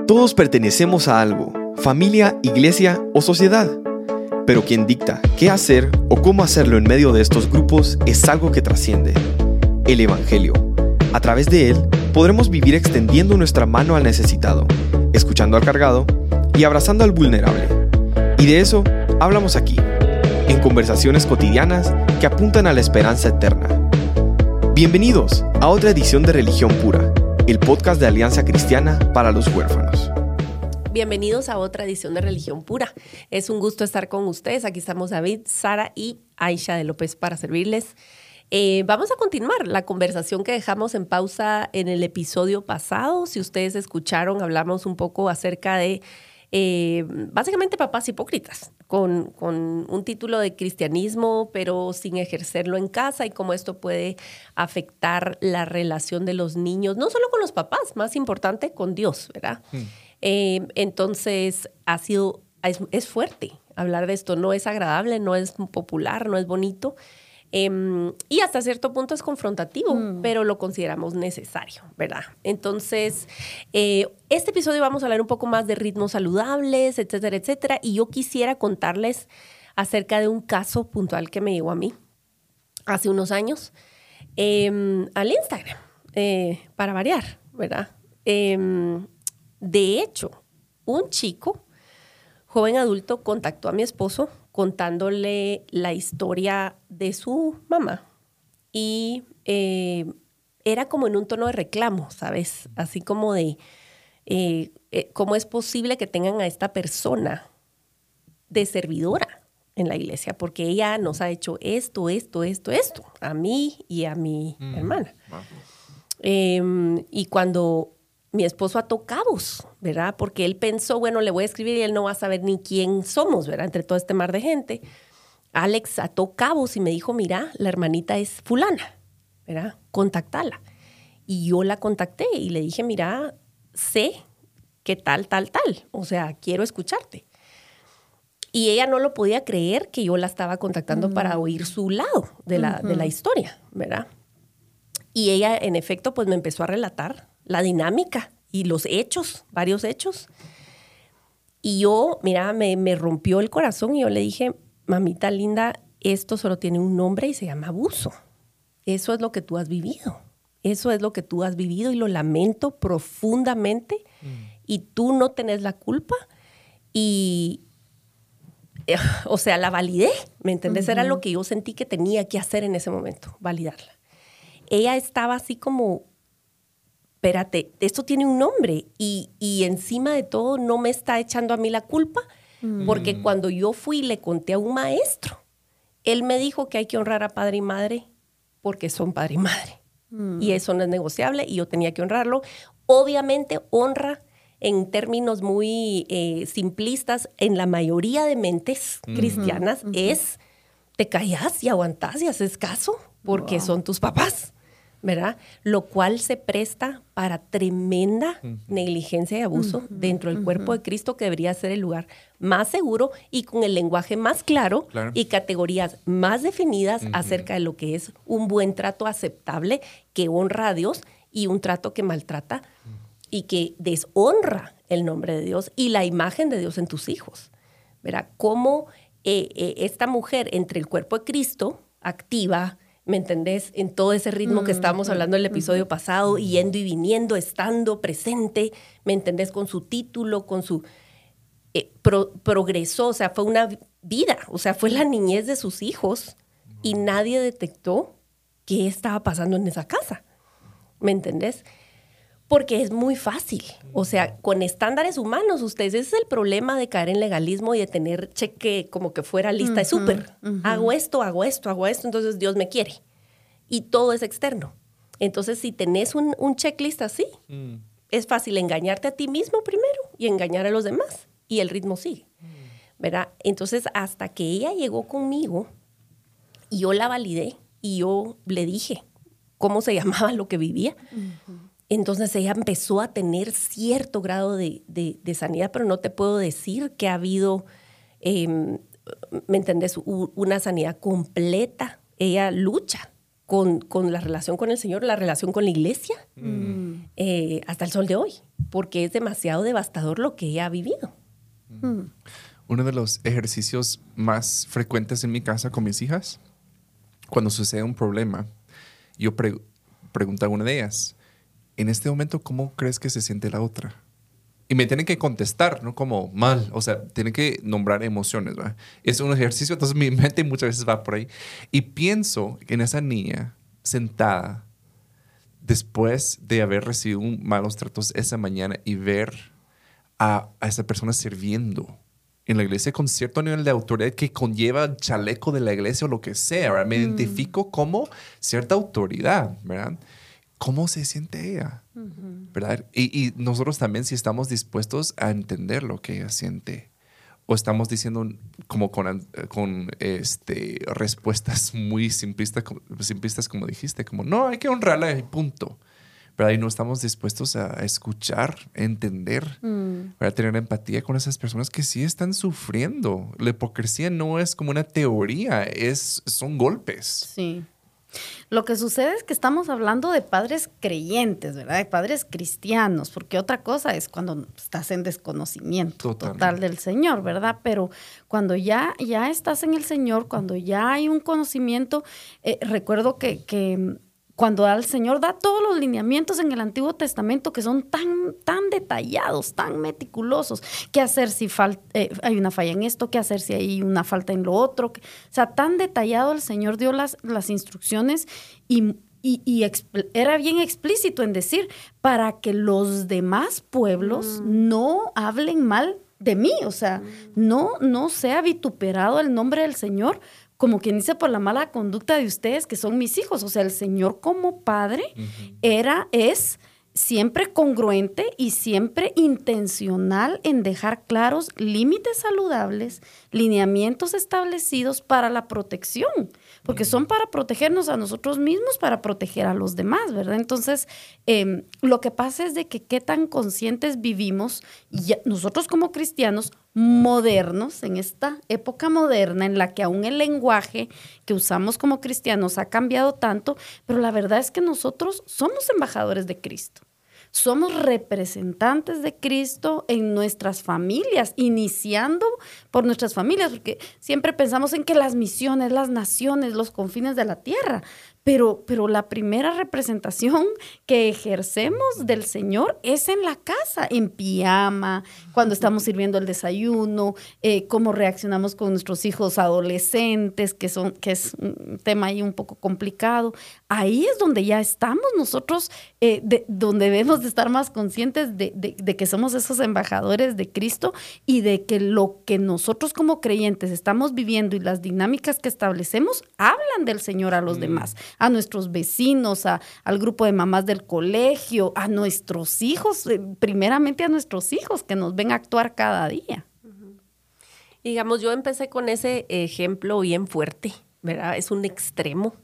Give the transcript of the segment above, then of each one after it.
Todos pertenecemos a algo, familia, iglesia o sociedad. Pero quien dicta qué hacer o cómo hacerlo en medio de estos grupos es algo que trasciende: el Evangelio. A través de él podremos vivir extendiendo nuestra mano al necesitado, escuchando al cargado y abrazando al vulnerable. Y de eso hablamos aquí, en conversaciones cotidianas que apuntan a la esperanza eterna. Bienvenidos a otra edición de Religión Pura, el podcast de Alianza Cristiana para los Huérfanos. Bienvenidos a otra edición de Religión Pura. Es un gusto estar con ustedes. Aquí estamos David, Sara y Aisha de López para servirles. Vamos a continuar la conversación que dejamos en pausa en el episodio pasado. Si ustedes escucharon, hablamos un poco acerca de básicamente papás hipócritas, con un título de cristianismo, pero sin ejercerlo en casa, y cómo esto puede afectar la relación de los niños, no solo con los papás, más importante, con Dios, ¿verdad? Entonces, es fuerte hablar de esto. No es agradable, no es popular, no es bonito. Y hasta cierto punto es confrontativo, pero lo consideramos necesario, ¿verdad? Entonces, este episodio vamos a hablar un poco más de ritmos saludables, etcétera, etcétera. Y yo quisiera contarles acerca de un caso puntual que me llegó a mí hace unos años al Instagram, para variar, ¿verdad? De hecho, un chico, joven adulto, contactó a mi esposo contándole la historia de su mamá. Y era como en un tono de reclamo, ¿sabes? Así como de cómo es posible que tengan a esta persona de servidora en la iglesia, porque ella nos ha hecho esto, a mí y a mi hermana. Y cuando mi esposo ató cabos, ¿verdad? Porque él pensó, bueno, le voy a escribir y él no va a saber ni quién somos, ¿verdad? Entre todo este mar de gente. Alex ató cabos y me dijo, mira, la hermanita es fulana, ¿verdad? Contactala. Y yo la contacté y le dije, mira, sé que tal. O sea, quiero escucharte. Y ella no lo podía creer que yo la estaba contactando para oír su lado de la historia, ¿verdad? Y ella, en efecto, pues me empezó a relatar la dinámica y los hechos, varios hechos. Y yo, mira, me rompió el corazón y yo le dije, mamita linda, esto solo tiene un nombre y se llama abuso. Eso es lo que tú has vivido. Eso es lo que tú has vivido y lo lamento profundamente. Y tú no tenés la culpa. Y, o sea, la validé, ¿me entendés? Era lo que yo sentí que tenía que hacer en ese momento, validarla. Ella estaba así como, espérate, esto tiene un nombre y encima de todo no me está echando a mí la culpa, porque cuando yo fui y le conté a un maestro, él me dijo que hay que honrar a padre y madre porque son padre y madre. Y eso no es negociable y yo tenía que honrarlo. Obviamente, honra en términos muy simplistas, en la mayoría de mentes cristianas, es te callas y aguantás y haces caso porque son tus papás, ¿verdad? Lo cual se presta para tremenda negligencia y abuso dentro del cuerpo de Cristo, que debería ser el lugar más seguro y con el lenguaje más claro y categorías más definidas acerca de lo que es un buen trato aceptable que honra a Dios y un trato que maltrata y que deshonra el nombre de Dios y la imagen de Dios en tus hijos, ¿verdad? Cómo esta mujer entre el cuerpo de Cristo activa, ¿me entendés? En todo ese ritmo que estábamos hablando en el episodio pasado, yendo y viniendo, estando presente, ¿me entendés? Con su título, con su... progresó, o sea, fue una vida, o sea, fue la niñez de sus hijos y nadie detectó qué estaba pasando en esa casa, ¿me entendés? Porque es muy fácil, o sea, con estándares humanos, ustedes, ese es el problema de caer en legalismo y de tener cheque como que fuera lista de súper. Hago esto, entonces Dios me quiere. Y todo es externo. Entonces, si tenés un checklist así, es fácil engañarte a ti mismo primero y engañar a los demás. Y el ritmo sigue, ¿verdad? Entonces, hasta que ella llegó conmigo y yo la validé y yo le dije cómo se llamaba lo que vivía, entonces ella empezó a tener cierto grado de sanidad, pero no te puedo decir que ha habido, ¿me entendés? Una sanidad completa. Ella lucha con la relación con el Señor, la relación con la iglesia, hasta el sol de hoy, porque es demasiado devastador lo que ella ha vivido. Uno de los ejercicios más frecuentes en mi casa con mis hijas, cuando sucede un problema, yo pregunto a una de ellas, en este momento, ¿cómo crees que se siente la otra? Y me tienen que contestar, no como mal, o sea, tienen que nombrar emociones, ¿verdad? Es un ejercicio, entonces mi mente muchas veces va por ahí. Y pienso en esa niña sentada después de haber recibido malos tratos esa mañana y ver a esa persona sirviendo en la iglesia con cierto nivel de autoridad que conlleva el chaleco de la iglesia o lo que sea, ¿verdad? Me identifico como cierta autoridad, ¿verdad? ¿Cómo se siente ella? ¿Verdad? Y nosotros también, si estamos dispuestos a entender lo que ella siente, o estamos diciendo como con respuestas muy simplistas, como dijiste, como no, hay que honrarla y punto. ¿Verdad? Y no estamos dispuestos a escuchar, entender, a tener empatía con esas personas que sí están sufriendo. La hipocresía no es como una teoría, son golpes. Sí. Lo que sucede es que estamos hablando de padres creyentes, ¿verdad? De padres cristianos, porque otra cosa es cuando estás en desconocimiento total del Señor, ¿verdad? Pero cuando ya estás en el Señor, cuando ya hay un conocimiento, recuerdo que cuando el Señor da todos los lineamientos en el Antiguo Testamento que son tan detallados, tan meticulosos, qué hacer si hay una falla en esto, qué hacer si hay una falta en lo otro, o sea, tan detallado el Señor dio las instrucciones y era bien explícito en decir, para que los demás pueblos no hablen mal de mí, o sea, no sea vituperado el nombre del Señor, como quien dice, por la mala conducta de ustedes, que son mis hijos. O sea, el Señor como padre es siempre congruente y siempre intencional en dejar claros límites saludables, lineamientos establecidos para la protección, porque son para protegernos a nosotros mismos, para proteger a los demás, ¿verdad? Entonces, lo que pasa es de que qué tan conscientes vivimos, nosotros como cristianos modernos, en esta época moderna en la que aún el lenguaje que usamos como cristianos ha cambiado tanto, pero la verdad es que nosotros somos embajadores de Cristo. Somos representantes de Cristo en nuestras familias, iniciando por nuestras familias, porque siempre pensamos en que las misiones, las naciones, los confines de la tierra, pero la primera representación que ejercemos del Señor es en la casa, en pijama, cuando estamos sirviendo el desayuno, cómo reaccionamos con nuestros hijos adolescentes, que es un tema ahí un poco complicado. Ahí es donde ya estamos nosotros, donde debemos de estar más conscientes de que somos esos embajadores de Cristo y de que lo que nosotros como creyentes estamos viviendo y las dinámicas que establecemos hablan del Señor a los demás, a nuestros vecinos, al grupo de mamás del colegio, a nuestros hijos, primeramente a nuestros hijos que nos ven actuar cada día. Digamos, yo empecé con ese ejemplo bien fuerte, ¿verdad? Es un extremo,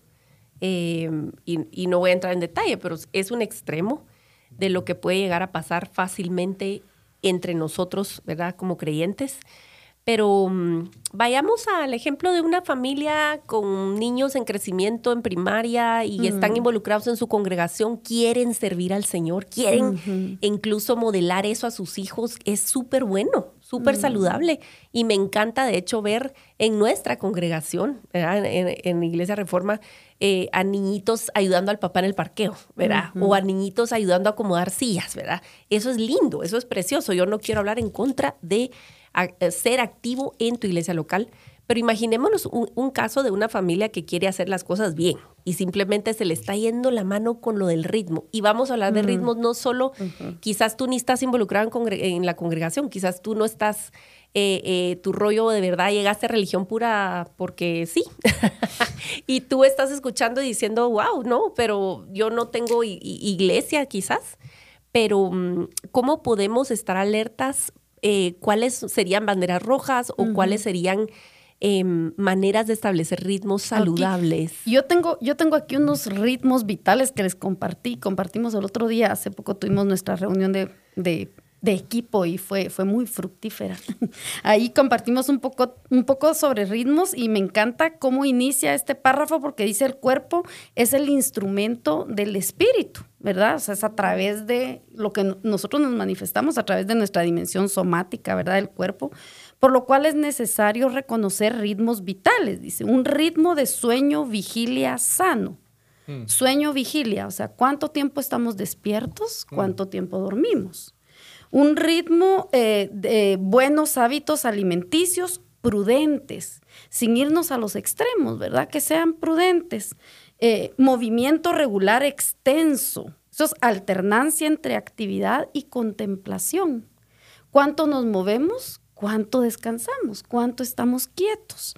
y no voy a entrar en detalle, pero es un extremo de lo que puede llegar a pasar fácilmente entre nosotros, ¿verdad? Como creyentes. Pero vayamos al ejemplo de una familia con niños en crecimiento en primaria y están involucrados en su congregación, quieren servir al Señor, quieren incluso modelar eso a sus hijos. Es súper bueno, súper saludable. Y me encanta, de hecho, ver en nuestra congregación, ¿verdad? En Iglesia Reforma, a niñitos ayudando al papá en el parqueo, ¿verdad? O a niñitos ayudando a acomodar sillas, ¿verdad? Eso es lindo, eso es precioso. Yo no quiero hablar en contra de ser activo en tu iglesia local, pero imaginémonos un caso de una familia que quiere hacer las cosas bien y simplemente se le está yendo la mano con lo del ritmo. Y vamos a hablar de ritmos no solo, quizás tú ni estás involucrado en la congregación, quizás tú no estás, tu rollo de verdad llegaste a religión pura porque sí. Y tú estás escuchando y diciendo, wow, no, pero yo no tengo iglesia quizás. Pero ¿cómo podemos estar alertas? ¿Cuáles serían banderas rojas o cuáles serían maneras de establecer ritmos saludables? Aquí, yo tengo aquí unos ritmos vitales que les compartimos el otro día. Hace poco tuvimos nuestra reunión de equipo y fue muy fructífera. Ahí compartimos un poco sobre ritmos y me encanta cómo inicia este párrafo porque dice: el cuerpo es el instrumento del espíritu. ¿verdad? O sea, es a través de lo que nosotros nos manifestamos, a través de nuestra dimensión somática, ¿verdad? Del cuerpo, por lo cual es necesario reconocer ritmos vitales, dice, un ritmo de sueño, vigilia sano. Sueño, vigilia, o sea, ¿cuánto tiempo estamos despiertos? ¿Cuánto tiempo dormimos? Un ritmo de buenos hábitos alimenticios prudentes, sin irnos a los extremos, ¿verdad? Que sean prudentes. Movimiento regular extenso. Eso es alternancia entre actividad y contemplación. ¿Cuánto nos movemos? ¿Cuánto descansamos? ¿Cuánto estamos quietos?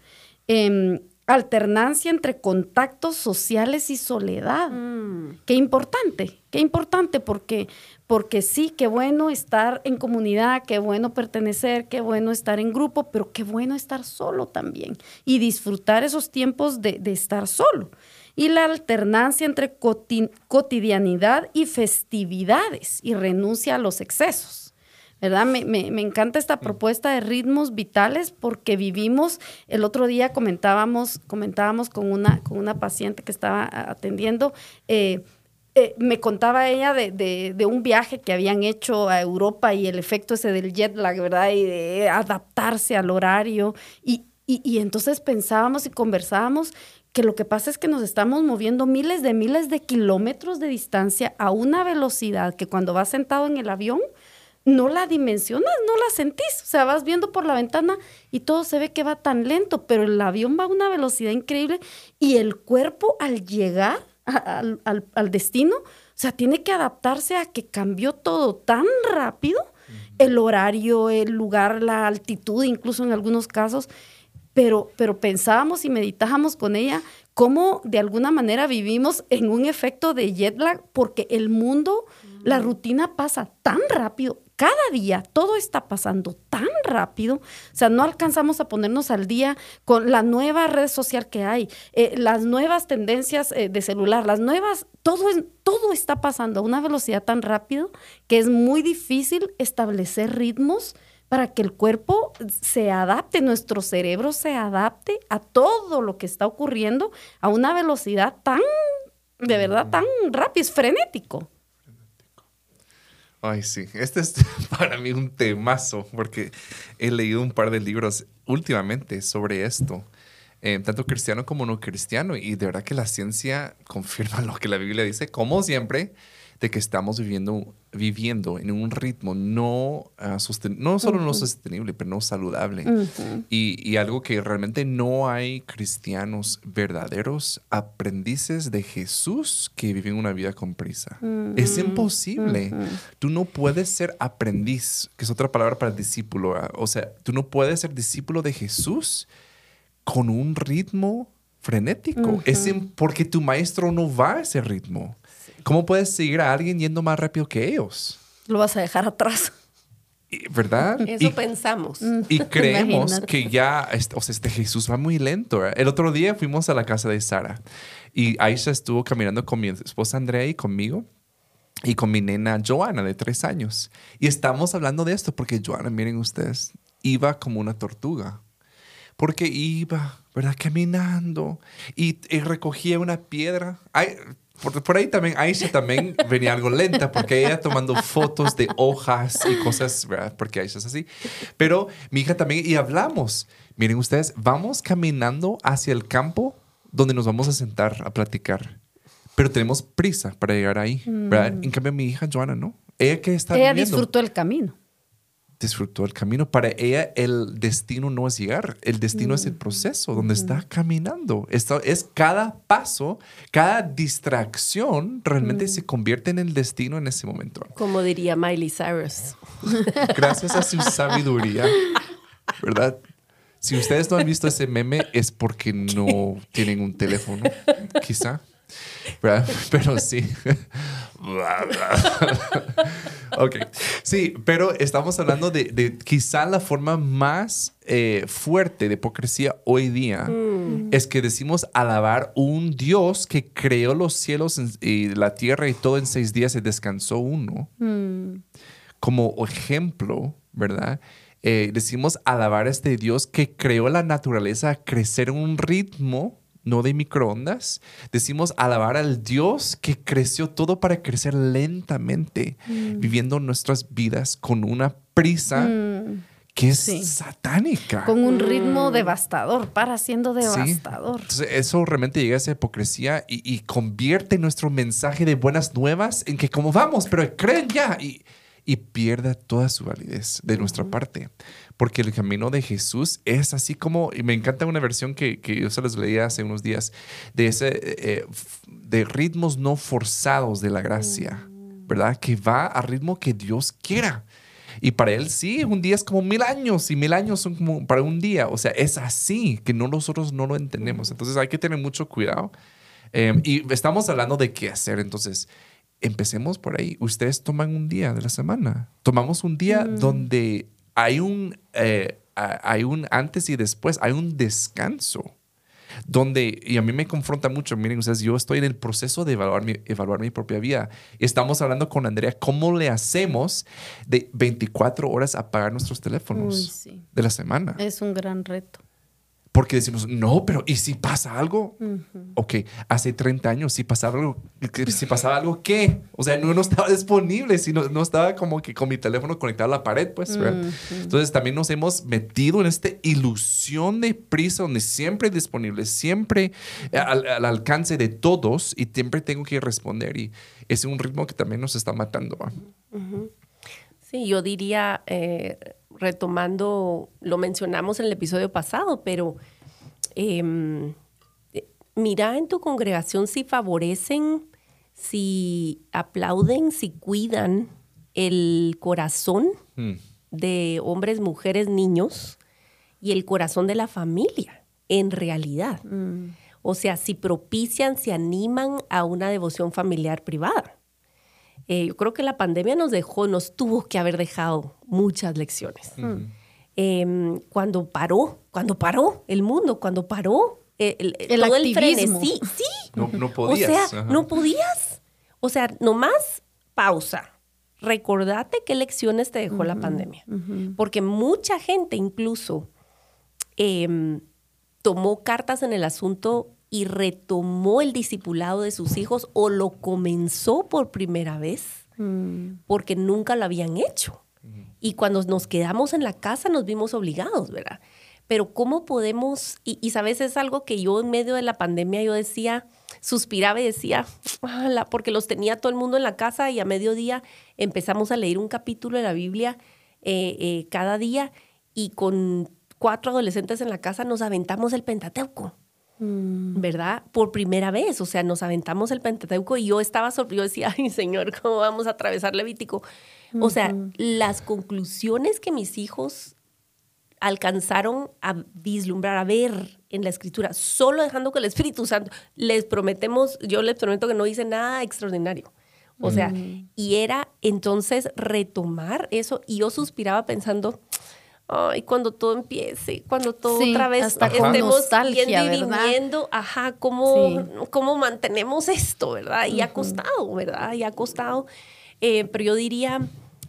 Alternancia entre contactos sociales y soledad. Qué importante porque sí, qué bueno estar en comunidad, qué bueno pertenecer, qué bueno estar en grupo, pero qué bueno estar solo también y disfrutar esos tiempos de estar solo. Y la alternancia entre cotidianidad y festividades y renuncia a los excesos. ¿Verdad? Me encanta esta propuesta de ritmos vitales porque vivimos, el otro día comentábamos con una paciente que estaba atendiendo, me contaba ella de un viaje que habían hecho a Europa y el efecto ese del jet lag, ¿verdad? Y de adaptarse al horario. Y entonces pensábamos y conversábamos que lo que pasa es que nos estamos moviendo miles de kilómetros de distancia a una velocidad que cuando vas sentado en el avión no la dimensionas, no la sentís. O sea, vas viendo por la ventana y todo se ve que va tan lento, pero el avión va a una velocidad increíble y el cuerpo al llegar al destino, o sea, tiene que adaptarse a que cambió todo tan rápido, el horario, el lugar, la altitud, incluso en algunos casos, pero pensábamos y meditábamos con ella cómo de alguna manera vivimos en un efecto de jet lag porque el mundo, la rutina pasa tan rápido. Cada día todo está pasando tan rápido, o sea, no alcanzamos a ponernos al día con la nueva red social que hay, las nuevas tendencias de celular, todo está pasando a una velocidad tan rápido que es muy difícil establecer ritmos para que el cuerpo se adapte, nuestro cerebro se adapte a todo lo que está ocurriendo a una velocidad de verdad, tan rápida, es frenético. Ay, sí. Este es para mí un temazo porque he leído un par de libros últimamente sobre esto, tanto cristiano como no cristiano, y de verdad que la ciencia confirma lo que la Biblia dice, como siempre, de que estamos viviendo en un ritmo no solo no sostenible, pero no saludable. Y algo que realmente no hay cristianos verdaderos, aprendices de Jesús que viven una vida con prisa. Es imposible. Tú no puedes ser aprendiz, que es otra palabra para discípulo. O sea, tú no puedes ser discípulo de Jesús con un ritmo frenético. Porque tu maestro no va a ese ritmo. ¿Cómo puedes seguir a alguien yendo más rápido que ellos? Lo vas a dejar atrás. ¿Verdad? Eso pensamos. Y creemos que ya, Jesús va muy lento, ¿verdad? El otro día fuimos a la casa de Sara y Aisha estuvo caminando con mi esposa Andrea y conmigo y con mi nena Joana de 3 años. Y estamos hablando de esto porque Joana, miren ustedes, iba como una tortuga. Porque iba, ¿verdad? Caminando y recogía una piedra. Por ahí también, Aisha también venía algo lenta porque ella tomando fotos de hojas y cosas, ¿verdad? Porque Aisha es así. Pero mi hija también, y hablamos. Miren ustedes, vamos caminando hacia el campo donde nos vamos a sentar a platicar. Pero tenemos prisa para llegar ahí, ¿verdad? En cambio, mi hija Joana, ¿no? Ella disfrutó el camino. Disfrutó el camino. Para ella el destino no es llegar, el destino es el proceso donde está caminando. Esto es cada paso, cada distracción realmente se convierte en el destino en ese momento. Como diría Miley Cyrus. Gracias a su sabiduría, ¿verdad? Si ustedes no han visto ese meme es porque no tienen un teléfono, quizá. ¿Verdad? Pero sí. Ok. Sí, pero estamos hablando de quizá la forma más fuerte de hipocresía hoy día es que decimos alabar un Dios que creó los cielos y la tierra y todo en 6 días y descansó uno. Como ejemplo, ¿verdad? Decimos alabar a este Dios que creó la naturaleza a crecer en un ritmo no de microondas. Decimos alabar al Dios que creció todo para crecer lentamente, viviendo nuestras vidas con una prisa que es satánica. Con un ritmo devastador, siendo devastador. Sí. Entonces, eso realmente llega a esa hipocresía y convierte nuestro mensaje de buenas nuevas en que como vamos, pero creen ya. Y pierda toda su validez de nuestra parte. Porque el camino de Jesús es así como, y me encanta una versión que yo se les leía hace unos días, de ritmos no forzados de la gracia, ¿verdad? Que va a ritmo que Dios quiera. Y para Él sí, un día es como 1000 años y 1000 años son como para un día. O sea, es así que nosotros no lo entendemos. Entonces hay que tener mucho cuidado. Y estamos hablando de qué hacer. Entonces, empecemos por ahí. Ustedes toman un día de la semana. Tomamos un día donde hay un antes y después, hay un descanso. Y a mí me confronta mucho. Miren, ustedes, yo estoy en el proceso de evaluar mi propia vida. Estamos hablando con Andrea cómo le hacemos de 24 horas apagar nuestros teléfonos de la semana. Es un gran reto. Porque decimos, no, pero ¿y si pasa algo? Ok, hace 30 años, si pasaba algo, ¿qué? O sea, no estaba disponible, no estaba como que con mi teléfono conectado a la pared, pues, ¿verdad? Entonces, también nos hemos metido en esta ilusión de prisa donde siempre disponible, siempre al alcance de todos y siempre tengo que responder. Y es un ritmo que también nos está matando, ¿va? Sí, yo diría... retomando, lo mencionamos en el episodio pasado, pero mira en tu congregación si favorecen, si aplauden, si cuidan el corazón de hombres, mujeres, niños y el corazón de la familia, en realidad. O sea, si propician, si animan a una devoción familiar privada. Yo creo que la pandemia nos tuvo que haber dejado muchas lecciones. Cuando paró el mundo, cuando paró todo el frenesí. Sí. No podías. O sea, no podías. O sea, nomás pausa. Recordate qué lecciones te dejó la pandemia. Porque mucha gente incluso tomó cartas en el asunto y retomó el discipulado de sus hijos o lo comenzó por primera vez porque nunca lo habían hecho. Y cuando nos quedamos en la casa nos vimos obligados, ¿verdad? Pero ¿cómo podemos? Y sabes, es algo que yo en medio de la pandemia yo decía, suspiraba y decía, porque los tenía todo el mundo en la casa y a mediodía empezamos a leer un capítulo de la Biblia cada día y con 4 adolescentes en la casa nos aventamos el Pentateuco. ¿Verdad? Por primera vez, o sea, nos aventamos el Pentateuco y yo estaba sorprendida, yo decía, ay, Señor, ¿cómo vamos a atravesar Levítico? O sea, las conclusiones que mis hijos alcanzaron a vislumbrar, a ver en la Escritura, solo dejando que el Espíritu Santo, yo les prometo que no hice nada extraordinario. O sea, y era entonces retomar eso y yo suspiraba pensando... Ay, cuando todo empiece, cuando todo otra vez estemos viendo y viniendo, ¿cómo mantenemos esto, verdad? Y ha costado, ¿verdad? Y ha costado. Pero yo diría,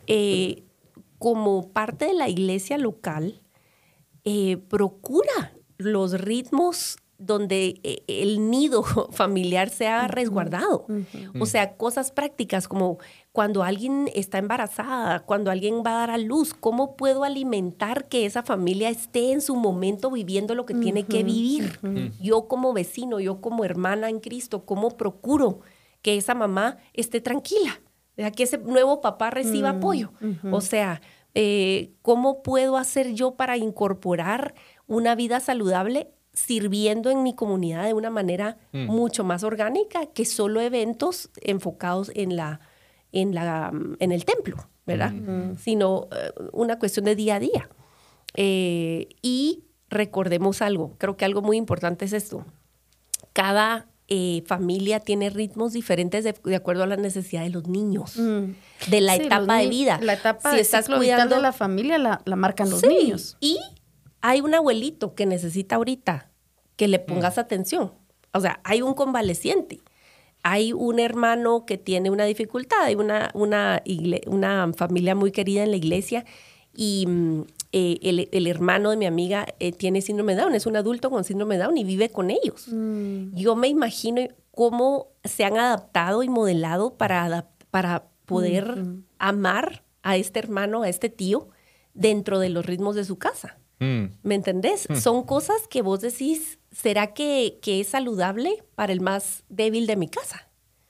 como parte de la iglesia local, procura los ritmos donde el nido familiar sea resguardado. O sea, cosas prácticas como cuando alguien está embarazada, cuando alguien va a dar a luz, ¿cómo puedo alimentar que esa familia esté en su momento viviendo lo que tiene que vivir? Yo como vecino, yo como hermana en Cristo, ¿cómo procuro que esa mamá esté tranquila? Que ese nuevo papá reciba apoyo. O sea, ¿cómo puedo hacer yo para incorporar una vida saludable sirviendo en mi comunidad de una manera mucho más orgánica que solo eventos enfocados en el templo, ¿verdad? Sino una cuestión de día a día. Y recordemos algo, creo que algo muy importante es esto. Cada familia tiene ritmos diferentes de acuerdo a la necesidad de los niños, de la etapa de vida. La etapa de ciclo vital de la familia la marcan los niños. Y hay un abuelito que necesita ahorita que le pongas atención. O sea, hay un convaleciente. Hay un hermano que tiene una dificultad. Hay una familia muy querida en la iglesia y el hermano de mi amiga tiene síndrome de Down, es un adulto con síndrome de Down y vive con ellos. Yo me imagino cómo se han adaptado y modelado para poder amar a este hermano, a este tío, dentro de los ritmos de su casa. ¿Me entendés? Son cosas que vos decís, ¿será que es saludable para el más débil de mi casa?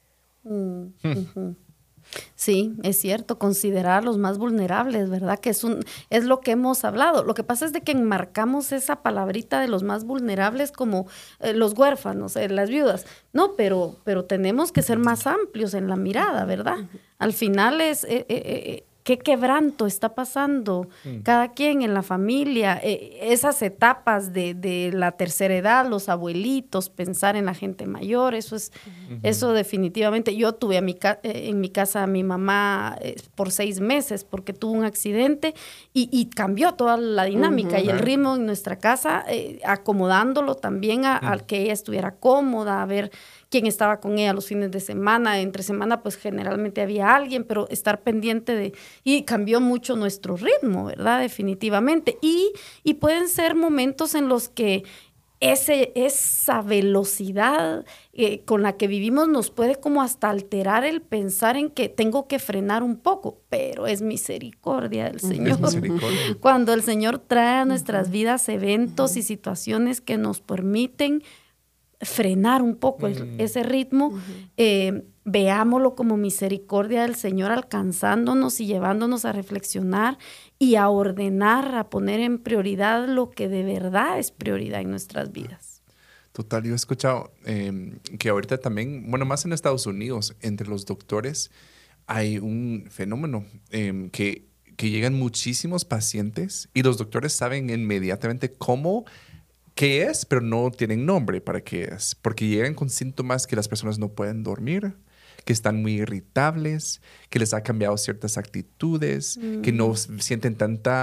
Sí, es cierto, considerar a los más vulnerables, ¿verdad? Que es lo que hemos hablado. Lo que pasa es de que enmarcamos esa palabrita de los más vulnerables como los huérfanos, las viudas. No, pero tenemos que ser más amplios en la mirada, ¿verdad? Al final es... ¿Qué quebranto está pasando cada quien en la familia? Esas etapas de la tercera edad, los abuelitos, pensar en la gente mayor, eso definitivamente. Yo tuve en mi casa a mi mamá por 6 meses porque tuvo un accidente y cambió toda la dinámica y el ritmo en nuestra casa, acomodándolo también al que ella estuviera cómoda, a ver quién estaba con ella los fines de semana. Entre semana, pues generalmente había alguien, pero estar pendiente y cambió mucho nuestro ritmo, ¿verdad? Definitivamente. Y pueden ser momentos en los que esa velocidad con la que vivimos nos puede como hasta alterar el pensar en que tengo que frenar un poco, pero es misericordia del Señor. Es misericordia. Cuando el Señor trae a nuestras vidas eventos y situaciones que nos permiten frenar un poco ese ritmo, veámoslo como misericordia del Señor alcanzándonos y llevándonos a reflexionar y a ordenar, a poner en prioridad lo que de verdad es prioridad en nuestras vidas. Total, yo he escuchado que ahorita también, bueno, más en Estados Unidos, entre los doctores hay un fenómeno que llegan muchísimos pacientes y los doctores saben inmediatamente qué es, pero no tienen nombre para qué es. Porque llegan con síntomas que las personas no pueden dormir, que están muy irritables, que les ha cambiado ciertas actitudes, que no sienten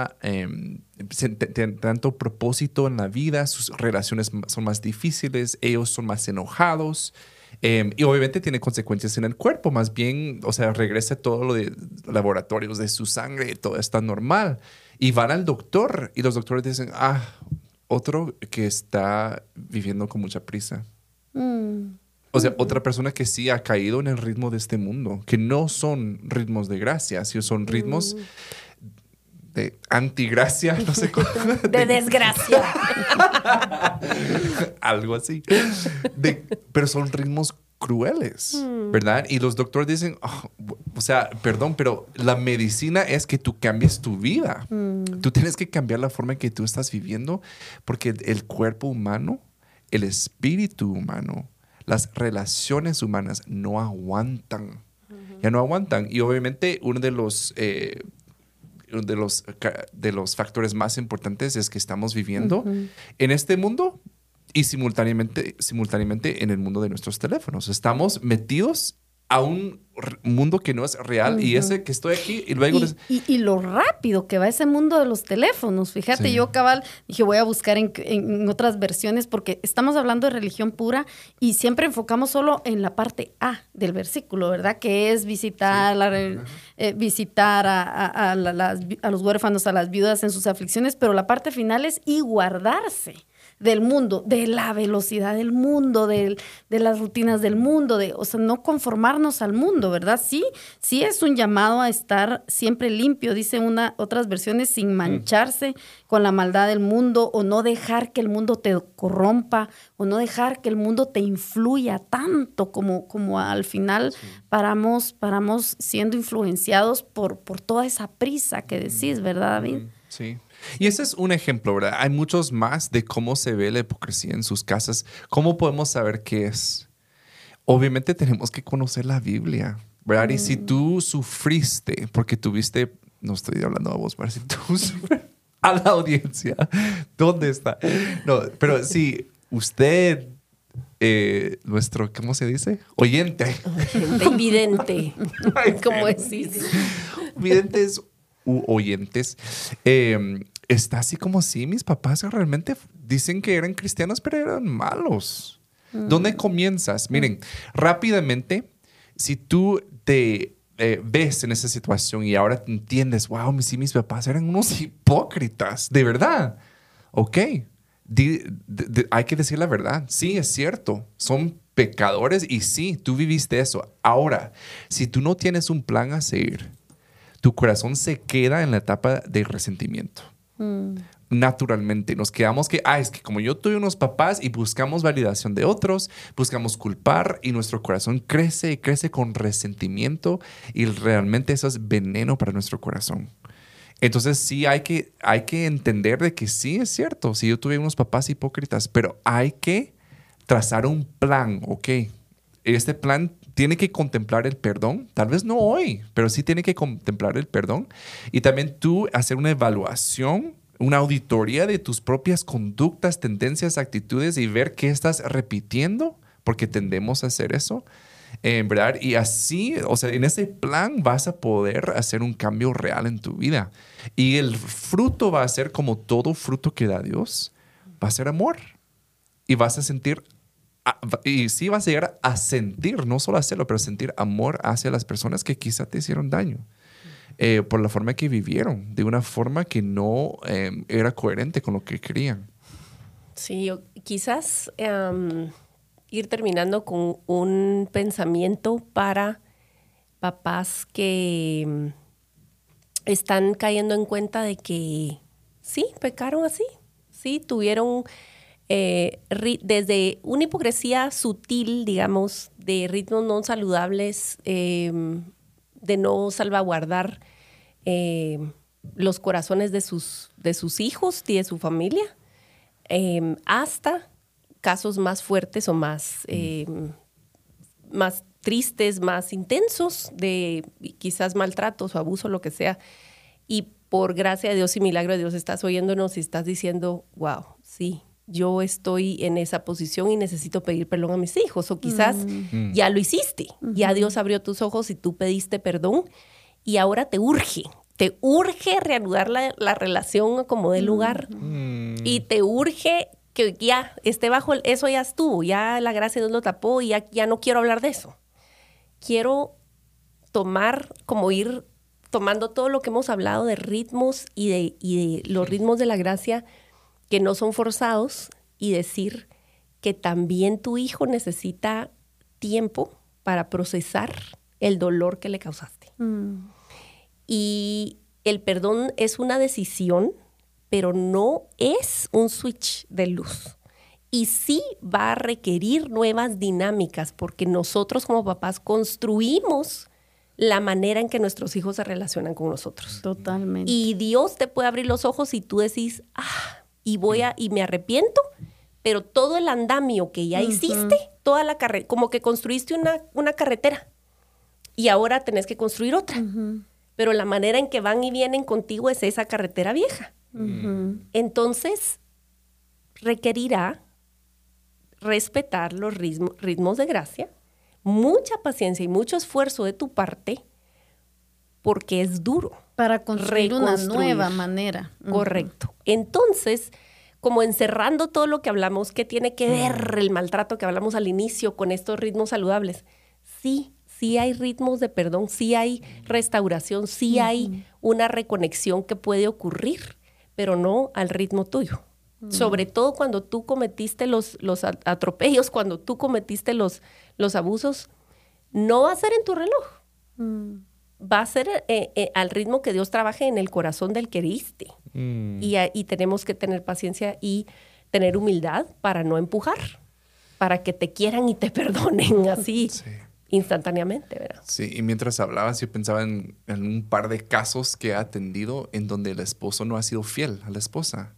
tanto propósito en la vida, sus relaciones son más difíciles, ellos son más enojados. Y obviamente tiene consecuencias en el cuerpo. Más bien, o sea, regresa todo lo de laboratorios de su sangre, todo está normal. Y van al doctor y los doctores dicen, otro que está viviendo con mucha prisa. O sea, otra persona que sí ha caído en el ritmo de este mundo, que no son ritmos de gracia, sino son ritmos de antigracia, no sé cómo. De desgracia. Algo así. Pero son ritmos crueles, ¿verdad? Y los doctores dicen, o sea, perdón, pero la medicina es que tú cambies tu vida. Tú tienes que cambiar la forma en que tú estás viviendo porque el cuerpo humano, el espíritu humano, las relaciones humanas no aguantan. Ya no aguantan. Y obviamente uno de los factores más importantes es que estamos viviendo en este mundo y simultáneamente en el mundo de nuestros teléfonos. Estamos metidos a un mundo que no es real y ese que estoy aquí y luego... Y lo rápido que va ese mundo de los teléfonos. Fíjate, yo cabal dije voy a buscar en otras versiones porque estamos hablando de religión pura y siempre enfocamos solo en la parte A del versículo, ¿verdad? Que es visitar, visitar a los huérfanos, a las viudas en sus aflicciones, pero la parte final es y guardarse del mundo, de la velocidad del mundo, de las rutinas del mundo, o sea, no conformarnos al mundo, ¿verdad? Sí es un llamado a estar siempre limpio, dice otras versiones, sin mancharse con la maldad del mundo, o no dejar que el mundo te corrompa, o no dejar que el mundo te influya tanto como al final paramos siendo influenciados por toda esa prisa que decís, ¿verdad, David? Sí. Y ese es un ejemplo, ¿verdad? Hay muchos más de cómo se ve la hipocresía en sus casas. ¿Cómo podemos saber qué es? Obviamente tenemos que conocer la Biblia, ¿verdad? Y si tú sufriste porque tuviste, no estoy hablando a vos, pero si tú a la audiencia, ¿dónde está? No, pero si usted, nuestro, ¿cómo se dice? Oyente. Vidente. ¿Cómo decís? Videntes u oyentes, está así como si mis papás realmente dicen que eran cristianos, pero eran malos. ¿Dónde comienzas? Miren, rápidamente, si tú te ves en esa situación y ahora entiendes, wow, mis papás eran unos hipócritas, de verdad. Ok, hay que decir la verdad. Sí, es cierto, son pecadores y sí, tú viviste eso. Ahora, si tú no tienes un plan a seguir, tu corazón se queda en la etapa de resentimiento. Naturalmente nos quedamos es que como yo tuve unos papás y buscamos validación de otros, buscamos culpar y nuestro corazón crece y crece con resentimiento y realmente eso es veneno para nuestro corazón. Entonces sí hay que entender de que sí es cierto, sí yo tuve unos papás hipócritas, pero hay que trazar un plan, ¿ok? Este plan tiene que contemplar el perdón, tal vez no hoy, pero sí tiene que contemplar el perdón y también tú hacer una evaluación, una auditoría de tus propias conductas, tendencias, actitudes y ver qué estás repitiendo, porque tendemos a hacer eso, ¿verdad? Y así, o sea, en ese plan vas a poder hacer un cambio real en tu vida. Y el fruto va a ser como todo fruto que da Dios, va a ser amor. Y vas a sentir, y sí vas a llegar a sentir, no solo hacerlo, pero sentir amor hacia las personas que quizá te hicieron daño. Por la forma que vivieron, de una forma que no era coherente con lo que querían. Sí, quizás ir terminando con un pensamiento para papás que están cayendo en cuenta de que sí, pecaron así, sí, tuvieron desde una hipocresía sutil, digamos, de ritmos no saludables, de no salvaguardar los corazones de sus hijos y de su familia, hasta casos más fuertes o más tristes, más intensos de quizás maltratos o abuso, lo que sea. Y por gracia de Dios y milagro de Dios estás oyéndonos y estás diciendo, wow, sí, yo estoy en esa posición y necesito pedir perdón a mis hijos. O quizás ya lo hiciste, ya Dios abrió tus ojos y tú pediste perdón y ahora te urge reanudar la relación como de lugar y te urge que ya esté bajo eso, ya estuvo, ya la gracia de Dios lo tapó y ya no quiero hablar de eso. Quiero ir tomando todo lo que hemos hablado de ritmos y de los ritmos de la gracia que no son forzados y decir que también tu hijo necesita tiempo para procesar el dolor que le causaste. Y el perdón es una decisión, pero no es un switch de luz. Y sí va a requerir nuevas dinámicas porque nosotros como papás construimos la manera en que nuestros hijos se relacionan con nosotros. Totalmente. Y Dios te puede abrir los ojos y tú decís, y me arrepiento, pero todo el andamio que ya hiciste, toda la carrera, como que construiste una carretera y ahora tenés que construir otra. Pero la manera en que van y vienen contigo es esa carretera vieja. Entonces, requerirá respetar los ritmos de gracia, mucha paciencia y mucho esfuerzo de tu parte, porque es duro. Para construir una nueva manera. Correcto. Entonces, como encerrando todo lo que hablamos, ¿qué tiene que ver el maltrato que hablamos al inicio con estos ritmos saludables? Sí hay ritmos de perdón, sí hay restauración, sí hay una reconexión que puede ocurrir, pero no al ritmo tuyo. Sobre todo cuando tú cometiste los atropellos, cuando tú cometiste los abusos, no va a ser en tu reloj. Va a ser al ritmo que Dios trabaje en el corazón del que heriste. Y tenemos que tener paciencia y tener humildad para no empujar, para que te quieran y te perdonen así. Sí. Instantáneamente, ¿verdad? Sí, y mientras hablabas yo pensaba en un par de casos que he atendido en donde el esposo no ha sido fiel a la esposa.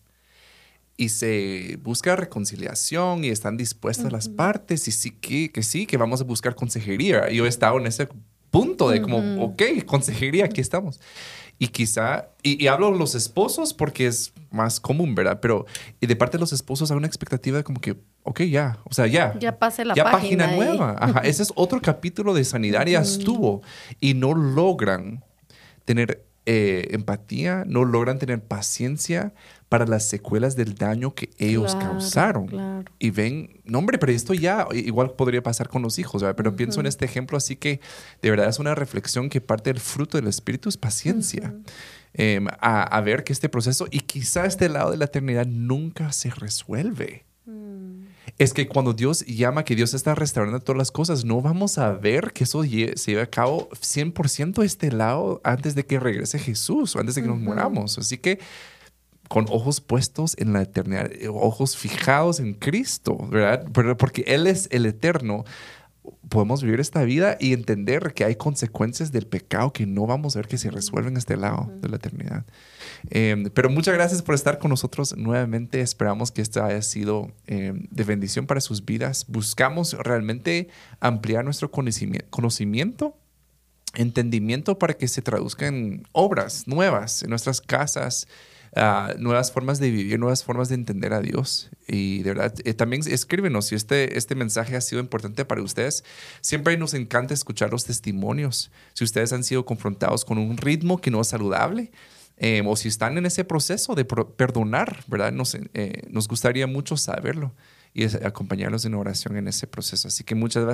Y se busca reconciliación y están dispuestas las partes y sí que vamos a buscar consejería. Yo he estado en ese punto de como, ok, consejería, aquí estamos. Y quizá, y hablo de los esposos porque es más común, ¿verdad? Pero de parte de los esposos hay una expectativa de como que, ok, ya, o sea, ya. Ya pase la página nueva. Ajá, ese es otro capítulo de sanidad, ya estuvo. Y no logran tener empatía, no logran tener paciencia para las secuelas del daño que ellos causaron. Claro. Y ven, no hombre, pero esto ya igual podría pasar con los hijos, ¿verdad? Pero pienso en este ejemplo, así que de verdad es una reflexión que parte del fruto del Espíritu es paciencia. A ver que este proceso y quizá este lado de la eternidad nunca se resuelve. Es que cuando Dios llama que Dios está restaurando todas las cosas, no vamos a ver que eso se lleve a cabo 100% este lado antes de que regrese Jesús o antes de que nos moramos. Así que con ojos puestos en la eternidad, ojos fijados en Cristo, ¿verdad? Porque Él es el eterno. Podemos vivir esta vida y entender que hay consecuencias del pecado que no vamos a ver que se resuelven en este lado de la eternidad. Pero muchas gracias por estar con nosotros nuevamente. Esperamos que esto haya sido de bendición para sus vidas. Buscamos realmente ampliar nuestro conocimiento, entendimiento para que se traduzca en obras nuevas en nuestras casas, nuevas formas de vivir, nuevas formas de entender a Dios. Y de verdad, también escríbenos si este mensaje ha sido importante para ustedes. Siempre nos encanta escuchar los testimonios. Si ustedes han sido confrontados con un ritmo que no es saludable, o si están en ese proceso de perdonar, ¿verdad? Nos gustaría mucho saberlo y acompañarlos en oración en ese proceso. Así que muchas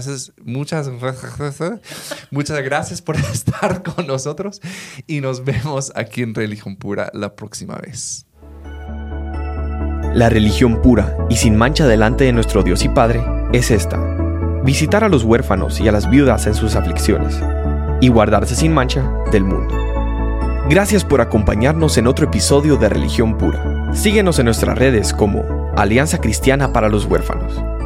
gracias por estar con nosotros y nos vemos aquí en Religión Pura la próxima vez. La religión pura y sin mancha delante de nuestro Dios y Padre es esta: visitar a los huérfanos y a las viudas en sus aflicciones y guardarse sin mancha del mundo. Gracias por acompañarnos en otro episodio de Religión Pura. Síguenos en nuestras redes como Alianza Cristiana para los Huérfanos.